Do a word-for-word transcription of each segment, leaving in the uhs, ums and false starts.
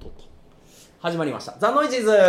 と始まりましたザ・ノイジーズ。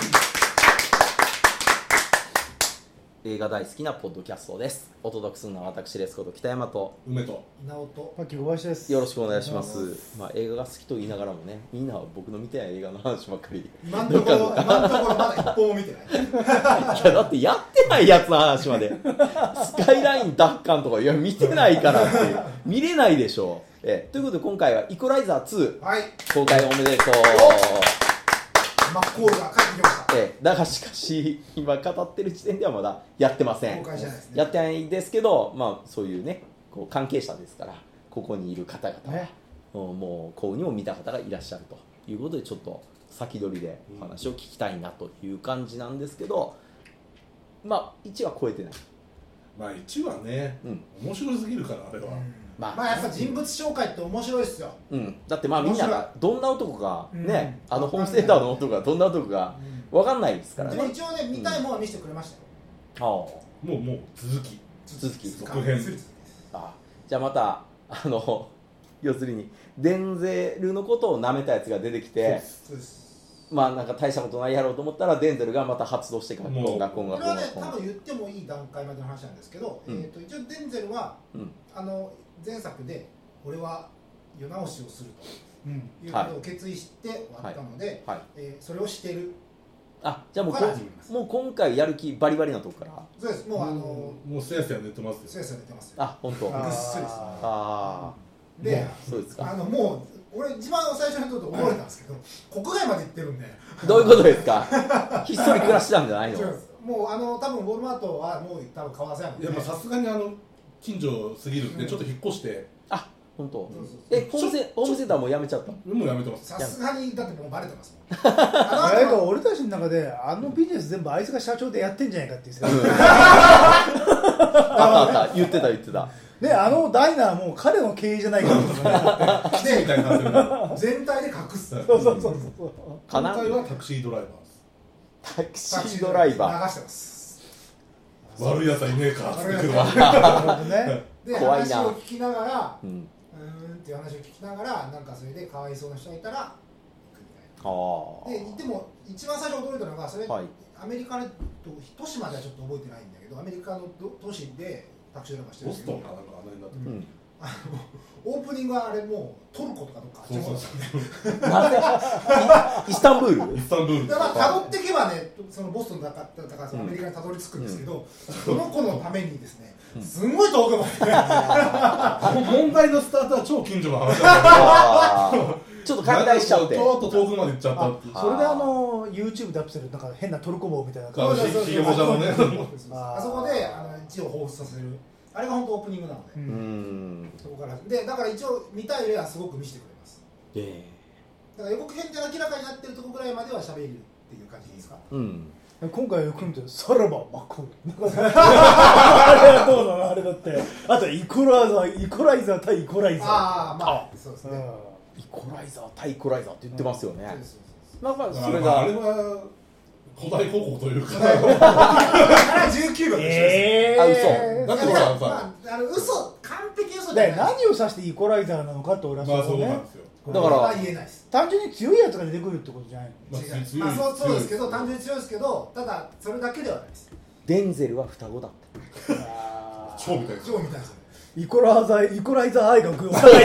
映画大好きなポッドキャストです。お届けするのは私ですこと北山と梅と稲尾と牧小林です。 よろしくお願いします。まあ、映画が好きと言いながらもね、みんなは僕の見てない映画の話ばっかり今のところ今のところまだ一本も見てないいやだってやってないやつの話までスカイライン奪還とかいや見てないからって見れないでしょ。えということで今回はイコライザーツー、 はい、 公開おめでとう。 マッコールが帰ってきました。 えだがしかし今語ってる時点ではまだやってません。 公開じゃないですね。 やってないですけど、まあそういうねこう関係者ですからここにいる方々は、ね、もうこうにも見た方がいらっしゃるということでちょっと先取りでお話を聞きたいなという感じなんですけど、まあいちは超えてない。 まあいちはね、うん、面白すぎるからあれは、うんまあ、まあやっぱ人物紹介って面白いですよ、 うん、だってまあみんながどんな男かね、うん、あのホームセンターの男がどんな男か分かんないですからね。 でも一応ね見たいものは見せてくれましたよ、 うん、もうもう続き続き続編あじゃあまたあの要するにデンゼルのことを舐めたやつが出てきてそうですまあなんか大したことないやろうと思ったらデンゼルがまた発動して学校学校学校これはね多分言ってもいい段階までの話なんですけど、うん、えー、と一応デンゼルは、うん、あの前作で俺は世直しをするということを決意して終わったので、はいはいえー、それをしてる。 あじゃあもうこもう今回やる気バリバリなとこから。 そうですもうあのもうせやせや寝てますよ。 せやせや寝てますよ。 あ本当。 ぐっすりです。 ああでそうですか。 あのもう俺一番最初にとって驚いたんですけど、国外まで行ってるんで。 どういうことですか。ひっそり暮らしてたんじゃないの。 もうあの多分ウォルマートはもう多分買わせないので。 いやまあさすがにあの近所すぎるんでちょっと引っ越して。 あ本当。えホームセホームセンターもうやめちゃった。 もうやめてます。 さすがにだってもうバレてますもん。 あれが俺たちの中であのビジネス全部あいつが社長でやってんじゃないかって言ってた。 あったあった言ってた言ってた。 ね、あのダイナーもう彼の経営じゃないかとかねみたいになってる全体で隠す。 そうそうそうそう。 今回はタクシードライバーです。 タクシードライバー流してます。 悪いやつはいねえかってで話を聞きながら、うん、うーんっていう話を聞きながらなんかそれでかわいそうな人がいたら行くみたいな。ででも一番最初驚いたのがそれ、はい、アメリカの都市まではちょっと覚えてないんだけどアメリカの都市でタクシードライバーしてるんですけど、ボストンかなんかあの辺だった、うん、あのオープニングはあれもうトルコとかどっかあっちの方ですよね。 なぜイスタンブール？ イスタンブール。 だから辿っていけばね、そのボストンだからだからそのアメリカにたどり着くんですけど、うん、その子のためにですね、すんごい遠くまで。 問題のスタートは超近所の話だった。 ちょっと拡大しちゃって。 ちょっと遠くまで行っちゃったっていう。 それであの YouTube でアップするなんか変なトルコ棒みたいな感じで。 ひげもじゃのね。 あそこであの一応彷彿させる。あれが本当オープニングなので、うん、そこからでだから一応見たい例はすごく見せてくれます。えー、だから予告編で明らかになってるところぐらいまでは喋るっていう感じですか。 うん。今回よく見てさらばマッコール。あれはどうなのあれだって。あとイコライザーイコライザー対イコライザー。 ああまあそうですね。 イコライザー対イコライザーって言ってますよね。 まあまあそれがあれは。古代広告というかあれじゅうきゅうばんでしょ、 えー、あ嘘だってほらさあの嘘完璧嘘じゃない何を指してイコライザーなのかって俺はそうね、まあ、そうなんですよだから言えないです。 単純に強いやつが出てくるってことじゃないの、 まあ、違うまあ、そう、そうですけど単純に強いですけどただそれだけではないです。 デンゼルは双子だった超みたいです超みたいですよイコライザーイコライザー愛が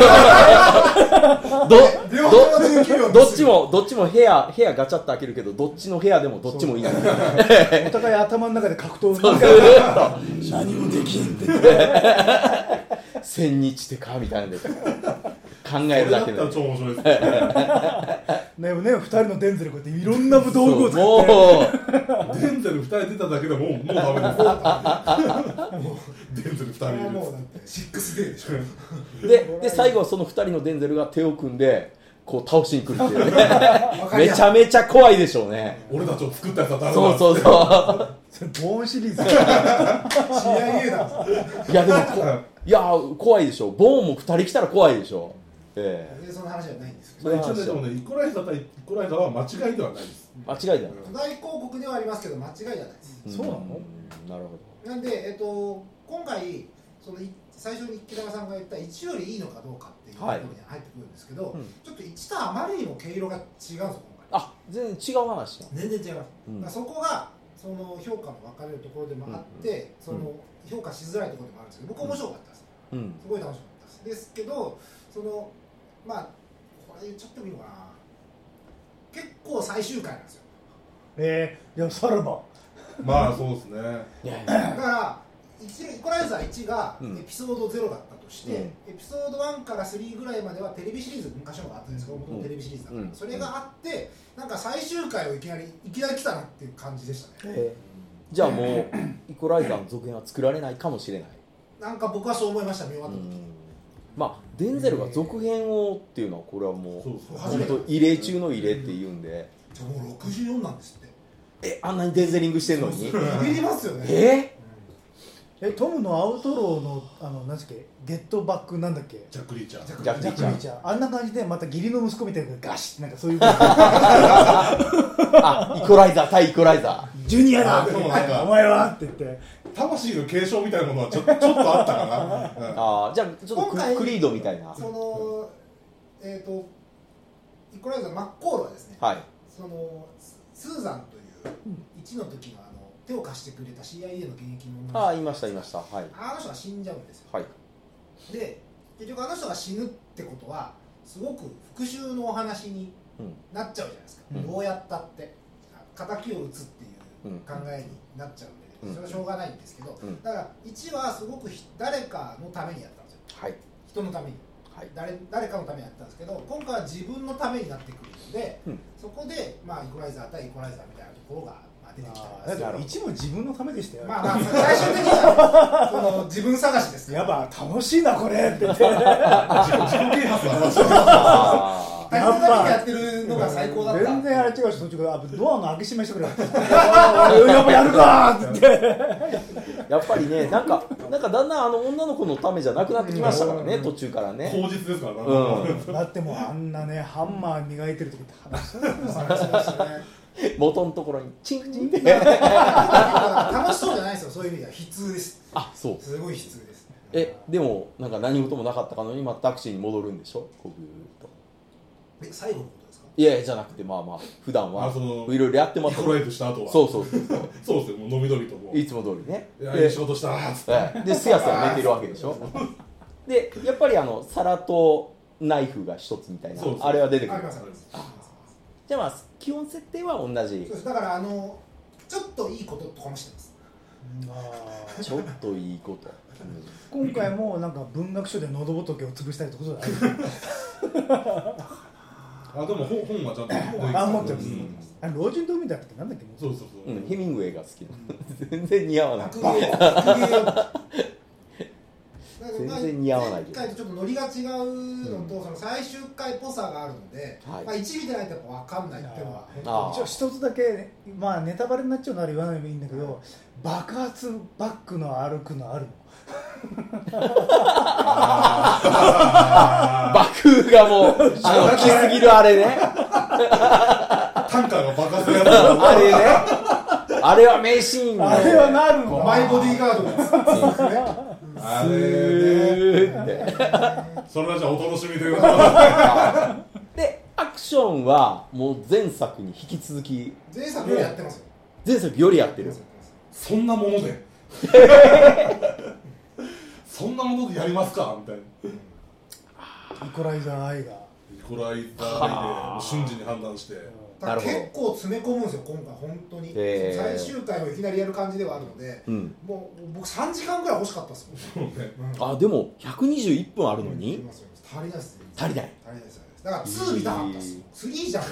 どどどっちもどっちも部屋部屋ガチャッと開けるけどどっちの部屋でもどっちもいいお互い頭の中で格闘する何もできんって千日ってかみたいなんで考えるだけで超面白いですねねふたりのデンゼルこうやっていろんな道具を使ってデンゼルふたり出ただけでもうもうダメですデンゼルふたりもうだってシックスデーでしょでで最後はそのふたりのデンゼルが手を組んでこう倒しに来るっていうねめちゃめちゃ怖いでしょうね。 俺たちを作ったやつは誰だそうそうそうボーンシリーズシーアイエー だいやでもいや怖いでしょ。ボーンもふたり来たら怖いでしょ。 ええ、その話じゃないんですけど、一応ね、でもね、イコライザー対イコライザーは間違いではないです。 間違いじゃない。 巨大広告ではありますけど間違いじゃないです。 そうなの？ なるほど。なんで、えっと、今回その最初に池田さんが言ったいちよりいいのかどうかっていうところに入ってくるんですけど、はい、ちょっといちとあまりにも毛色が違うんですよ今回。 あ、全然違う話だ。 全然違います、うん、だそこがその評価の分かれるところでもあって、うん、その評価しづらいところでもあるんですけど、僕面白かったです、うん、すごい楽しかったですですけど、そのまあこれ言っちゃってもいいのかな、結構最終回なんですよ。 えー、でもさらばまあそうですね。 だからイコライザーいちがエピソードゼロだったとして、うん、エピソードワンからスリーぐらいまではテレビシリーズ昔のがあったんですけど、元々テレビシリーズだから、うん、それがあってなんか最終回をいきなりいきなり来たなっていう感じでしたね。 えー、じゃあもうイコライザーの続編は作られないかもしれない。 なんか僕はそう思いました見終わった時。 まあデンゼルが続編をっていうのはこれはもう本当異例中の異例っていうんで、 じゃあもうろくじゅうよんなんですって。 え、あんなにデンゼリングしてんのにビビりますよね。 ええトムのアウトローのあの何だっけゲットバックなんだっけジャック・リーチャージャック・リーチャーあんな感じでまた義理の息子みたいなガシッなんかそういうあイコライザー対イコライザージュニアだってお前はって言って魂の継承みたいなものはちょ, ちょっとあったかな、うん、 あじゃあちょっとク, クリードみたいなそのえっ、ー、とイコライザーマッコールはですね、 はい、 そのスーザンといういちの時のあの手を貸してくれた シーアイエー の現役の女の人、 ああいましたいました、はい、 あの人が死んじゃうんですよ、 はい、 で結局あの人が死ぬってことはすごく復讐のお話になっちゃうじゃないですか、うん、どうやったって敵を討つっていう考えになっちゃうんで、うん、それはしょうがないんですけど、うん、だからいちはすごく誰かのためにやったんですよ、はい、人のために、はい、誰, 誰かのためにやったんですけど、今回は自分のためになってくるので、うん、そこで、まあ、イコライザー対イコライザーみたいなところが出てきたんです。 一も自分のためでしたよ。 まあまあ最終的にはその自分探しです。 やば楽しいなこれって言って。自己啓発の話。 やっぱやってるのが最高だった。 全然あれ違うし途中からドアの開け閉めしてくれ。やっぱやるかーって。 やっぱりねなんかなんかだんだんあの女の子のためじゃなくなってきましたからね、途中からね。 口実ですからね。 うん、だってもうあんなねハンマー磨いてる時って話しましたね。 元のところにチンチンって楽しそうじゃないですよ、そういう意味では悲痛です。 あ、そうすごい悲痛です。 え、でもなんか何事もなかったかのにまたタクシーに戻るんでしょ、こうぐーっと。 え、最後のことですか？ いやいやじゃなくてまあまあ普段はいろいろやってます。 イコライズした後はそうそうそうそうですよ、もう飲みどりともいつも通りね。 いやいい仕事したーっつってで、すやすや寝てるわけでしょで、やっぱりあの皿とナイフが一つみたいなあれは出てくる。じゃあまあ基本設定は同じ。 そうです。だからあのちょっといいこととかもしてます。 あちょっといいこと、 うん、今回もなんか文学書で喉仏を潰したりってことじゃないあでも本, 本はちゃんとあ持ってます、うん、あ老人と海だっけなんだっけそうそうそう、 うん、ヘミングウェイが好きな全然似合わない全然似合わない。 いっかいとちょっとノリが違うのと、うん、その最終回っぽさがあるので、はい、まあいち見てないとやっぱ分かんないっていうのは一応一つだけ、ね、まあネタバレになっちゃうなら言わないでいいんだけど、爆発バックの歩くのあるの爆風がもうあの来すぎるあれねタンカーが爆発するやつあれねあれは名シーンあれはなるのマイボディーガードですねあれねそれはじゃあお楽しみということでアクションはもう前作に引き続き前作よりやってますよ。 前作よりやってる。 そんなものでそんなものでやりますかみたいな。イコライザー愛がイコライザー愛で瞬時に判断してだから結構詰め込むんですよ今回本当に、えー、最終回をいきなりやる感じではあるので、うん、もう僕さんじかんぐらい欲しかったですもん、ねうん、あでもひゃくにじゅういっぷんあるのに、 うん、足りないですね足りない足りないですだからツー見たかったです、えー、スリーじゃん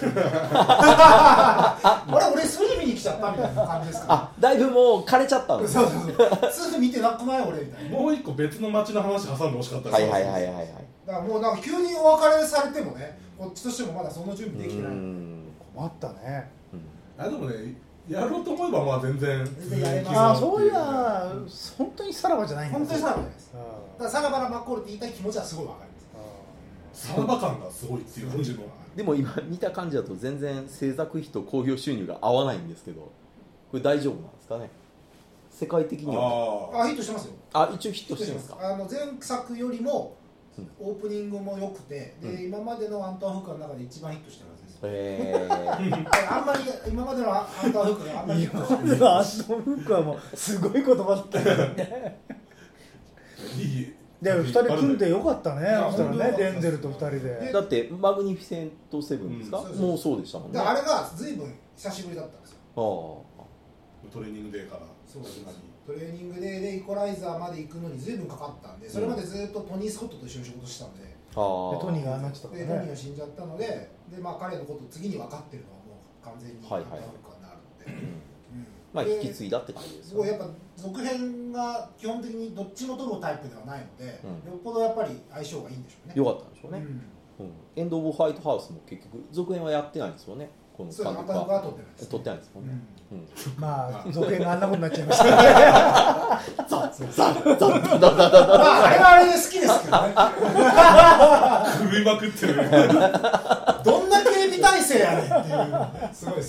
あれ俺スリー見に来ちゃったみたいな感じですか、ね、 あだいぶもう枯れちゃったんですそうそうそうツー見てなくない俺みたいなもう一個別の街の話挟んで欲しかったですはいはいはいはいはいだからもうなんか急にお別れされてもねこっちとしてもまだその準備できてない困ったね、 うん、あでもねやろうと思えばまあ全然全然やれます。 あそういや本当にさらばじゃないんだ。本当にさらばじゃないです。だからさらばなマッコールって言いたい気持ちはすごいわかります。さらば感がすごいっていう感じの。 でも今見た感じだと全然制作費と興行収入が合わないんですけど、これ大丈夫なんですかね。 世界的にはああヒットしてますよ。 あ一応ヒットしてるんですか。 あの前作よりもオープニングも良くて、で、うん、今までのアントワーフックの中で一番ヒットしてるはずです。えー、あんまり今までのアントワーフックがあんまりヒットしてる。 今までのアントワーフックはもうすごい言葉だったよね。いいでふたり組んでよかったね。そしたらねデンゼルとふたりで。 だってマグニフィセントセブンですか、うん、もうそうでしたもんね。 あれが随分久しぶりだったんですよ。 ああトレーニングデーから。 そうですね。トレーニングデーでイコライザーまで行くのに随分かかったんで、それまでずっとトニー・スコットと一緒に仕事してたんで、うん、でトニーがああなっちゃったからね。 でトニーが死んじゃったので、でまあ彼のことを次に分かってるのはもう完全にアントワーフックになるんで、はいはいうん、まあ引き継いだって感じですよね。 すごいやっぱ続編が基本的にどっちも撮るタイプではないので、うん、よっぽどやっぱり相性がいいんでしょうね。 よかったんでしょうね。うんうん、エンド・オブ・ホワイトハウスも結局続編はやってないんですよね。この監督は撮ってないです、 撮ってないですもんね。うんうん、 まあ続編があんなことになっちゃいましたね。ザザザザザザあれはあれで好きですけどね。 首まくってる。 どんな警備体制やねんっていうすごい好きです。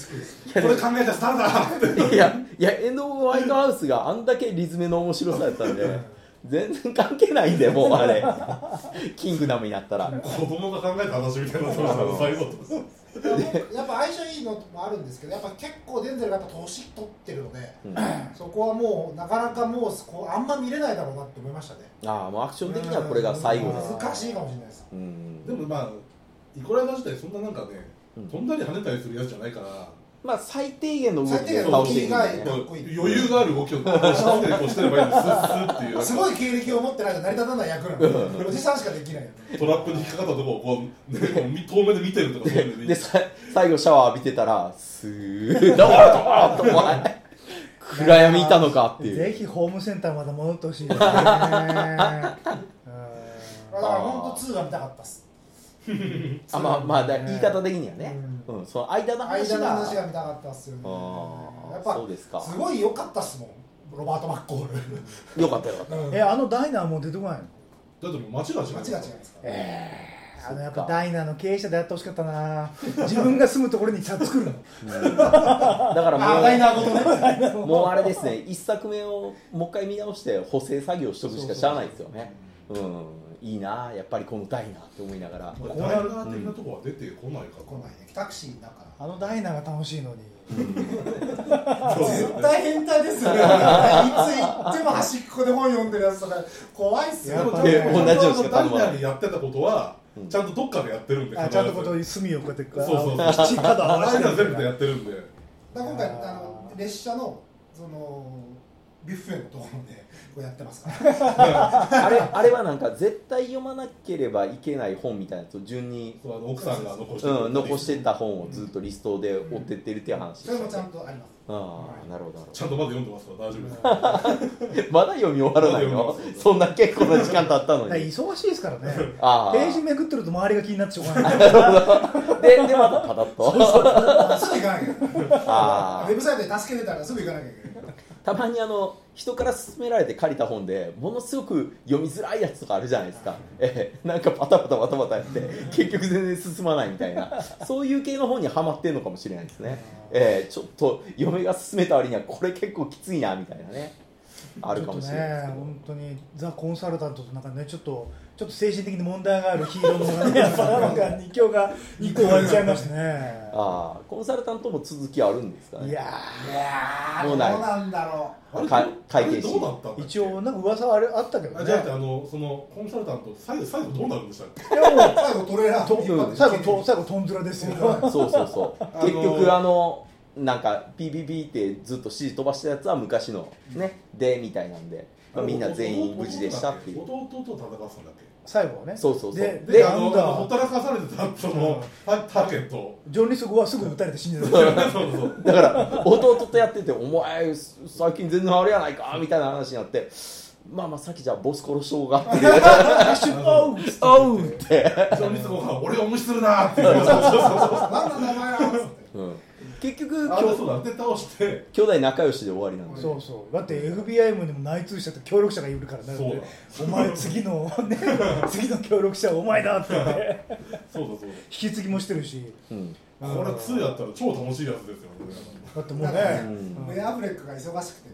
これ考えたスターだ。 いやいやエンド・オブ・ホワイトハウスがあんだけリズムの面白さやったんで。全然関係ないんでもうあれキングダムになったら子供が考えた話みたいな最後やっぱ相性いいのもあるんですけど、やっぱ結構デンゼルがやっぱ年取ってるので、うん、そこはもうなかなかもうこうあんま見れないだろうなって思いましたね。 ああもうアクション的にはこれが最後です。 難しいかもしれないです。 うん、でもまあイコライザー自体そんななんかね、うん、飛んだり跳ねたりするやつじゃないから、 まあ最低限の動きで倒していくんで、ね、 余裕がある動きをこうしてこうしてればいいんです。スッっていうすごい経歴を持ってないと成り立たない役なのでおじさんしかできない。 トラップに引っかかったところをこう、ね、遠目で見てるとかそういうのでで最後シャワー浴びてたらスーッドーッとお前暗闇いたのかっていう。 ぜひホームセンターまで戻ってほしいですね。だから本当ツーが見たかったっす。 あまあまあ言い方的にはね、うんうん、その間の話が間の話が見たかったっすよね。やっぱそうですか。すごい良かったっすもんロバート・マッコール。よかったよかった、 うん、えあのダイナーもう出てこないの？ だってもう街が違う。 街が違いますから、 えー、あのやっぱダイナーの経営者でやってほしかったな。自分が住むところにちゃんと作るの、うん、だからもうダイナーごとねもうあれですね一作目をもう一回見直して補正作業しとくしかしゃあないですよね。うんいいなやっぱりこのダイナーって思いながら、 ダイナー的なところは出てこないか、 来ないね。タクシーだからあのダイナーが楽しいのに、 うん、絶対変態ですよね。いつ行っても端っこで本読んでるやつとか怖いっすよ。 同じようにダイナーにやってたことはちゃんとどっかでやってるんで、 あちゃんとこと隅をこうやってそうそうそう七角合わせて全部でやってるんで。だ今回あの列車のそのビュッフェのところでこうやってますからあれあれはなんか絶対読まなければいけない本みたいなやつを順にそうあの奥さんが残して、 うん、残してた本をずっとリストで追ってってるっていう話、 それもちゃんとあります。 ああなるほどちゃんとまだ読んでますから大丈夫ですまだ読み終わらないの？そんな結構な時間経ったのに忙しいですからね。あページめくってると周りが気になってしょうがないなるほどででまたパタッとそうそうすぐ行かなきゃいけないあウェブサイトで助けてたらすぐ行かなきゃいけない。 たまにあの人から勧められて借りた本でものすごく読みづらいやつとかあるじゃないですか、えなんかパタパタパタパタやって結局全然進まないみたいなそういう系の本にはまってるのかもしれないですね、えー、ちょっと嫁が勧めた割にはこれ結構きついなみたいなねあるかもしれないですけど、 ね、本当にザ・コンサルタントとなんかねちょっとちょっと精神的に問題があるヒーローのがねやっぱなんかに強がに個割れちゃいましたね。 ああコンサルタントも続きあるんですかね。 いやーもうないどうなんだろう会計士一応なんか噂はあれあったけどね。 じゃああのそのコンサルタント最後最後どうなるんでしたっけ？ いやもう最後トレーラー最後最後トンズラですよ。 そうそうそう結局あのなんか ピーピーピー ってずっと指示飛ばしたやつは昔のねでみたいなんで、まあ、みんな全員無事でしたっていう。 弟と戦ってたんだっけ？ 最後はね。 そうそうそう。 で、 であのほったらかされてたそのターゲット。 ジョンリスゴはすぐ撃たれて死んでた。 そうそうだから弟とやっててお前最近全然あれやないかみたいな話になって。まあまあさっきじゃあボス殺しようがっていうおうおうってジョンリスゴが俺を無視するなっていうそうそうそうそうなんだ名前は結局あそうだ当て倒して兄弟仲良しで終わりなんで。 そうそうだって エフビーアイ にも内通者と協力者がいるからね。お前次のね次の協力者はお前だってねそうだそうだ引き継ぎもしてるし、 うん、これツーやったら超楽しいやつですよね。 だってもうね、 ベン・アフレックが忙しくてね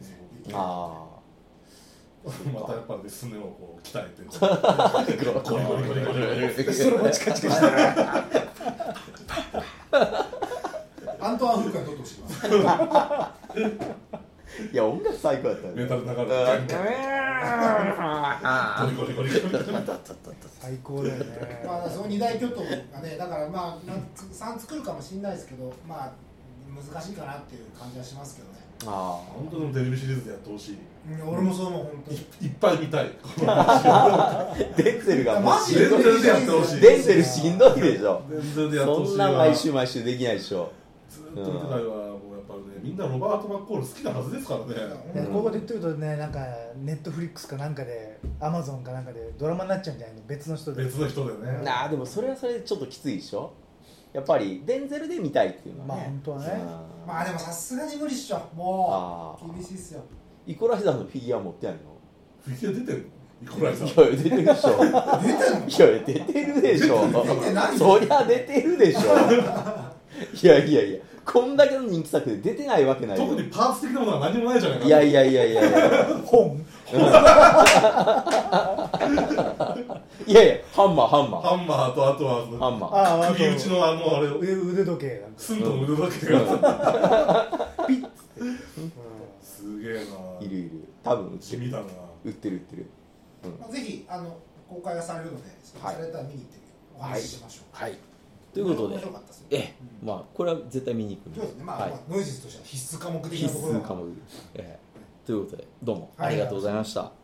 あまたやっぱりすねをこう鍛えてゴリゴリゴリゴリゴリゴリそれもチカチカしてるアントワン・フルカに撮ってほしいいや音楽最高だったよねメタル流れてゴリゴリゴリゴリ最高だよねまあその二大巨頭がねだからまあさん作るかもしれないですけどまあ難しいかなっていう感じはしますけどねあ本当のテレビシリーズでやってほしい、 うん、俺もそう思う本当にい, いっぱい見たいデンゼルがマジでデンゼルでやってほしいデンゼルしんどいでしょデンゼルでやってほしいそんな毎週毎週できないでしょずっと見てたいわもうやっぱりねみんなロバート・マッコール好きなはずですからね、 うん、ここで言ってるとねなんかネットフリックスかなんかでアマゾンかなんかでドラマになっちゃうんじゃないの別の人で別の人でねなあでもそれはそれでちょっときついでしょやっぱりデンゼルで見たいっていうのはねまあ本当はねまあでもさすがに無理っしょもう厳しいっすよイコライザーのフィギュア持ってないのフィギュア出てるのイコライザーいや出てるでしょ出てんのいや出てるでしょ出てないそりゃ出てるでしょいやいやいやこんだけの人気作で出てないわけないよ特にパーツ的なものは何もないじゃないかいやいやいやいやいや本いやいやハンマーハンマーハンマーとあとはハンマーああ首打ちのあのあれ腕腕時計なんかスンとの腕時計がピッつって、 すげえないるいる多分売ってる地味だな売ってる売ってる、 まあ、ぜひあの公開がされるので、 はい、 されたら見に行ってお話ししましょう。 はい、はい、ということで、 面白かったですよ、 ええ、うん、まあこれは絶対見に行くんで、 そうですね、まあ、 はい、 まあ、ノイズとしては必須科目的な必ところが須科目、ええ、ということでどうもありがとうございました。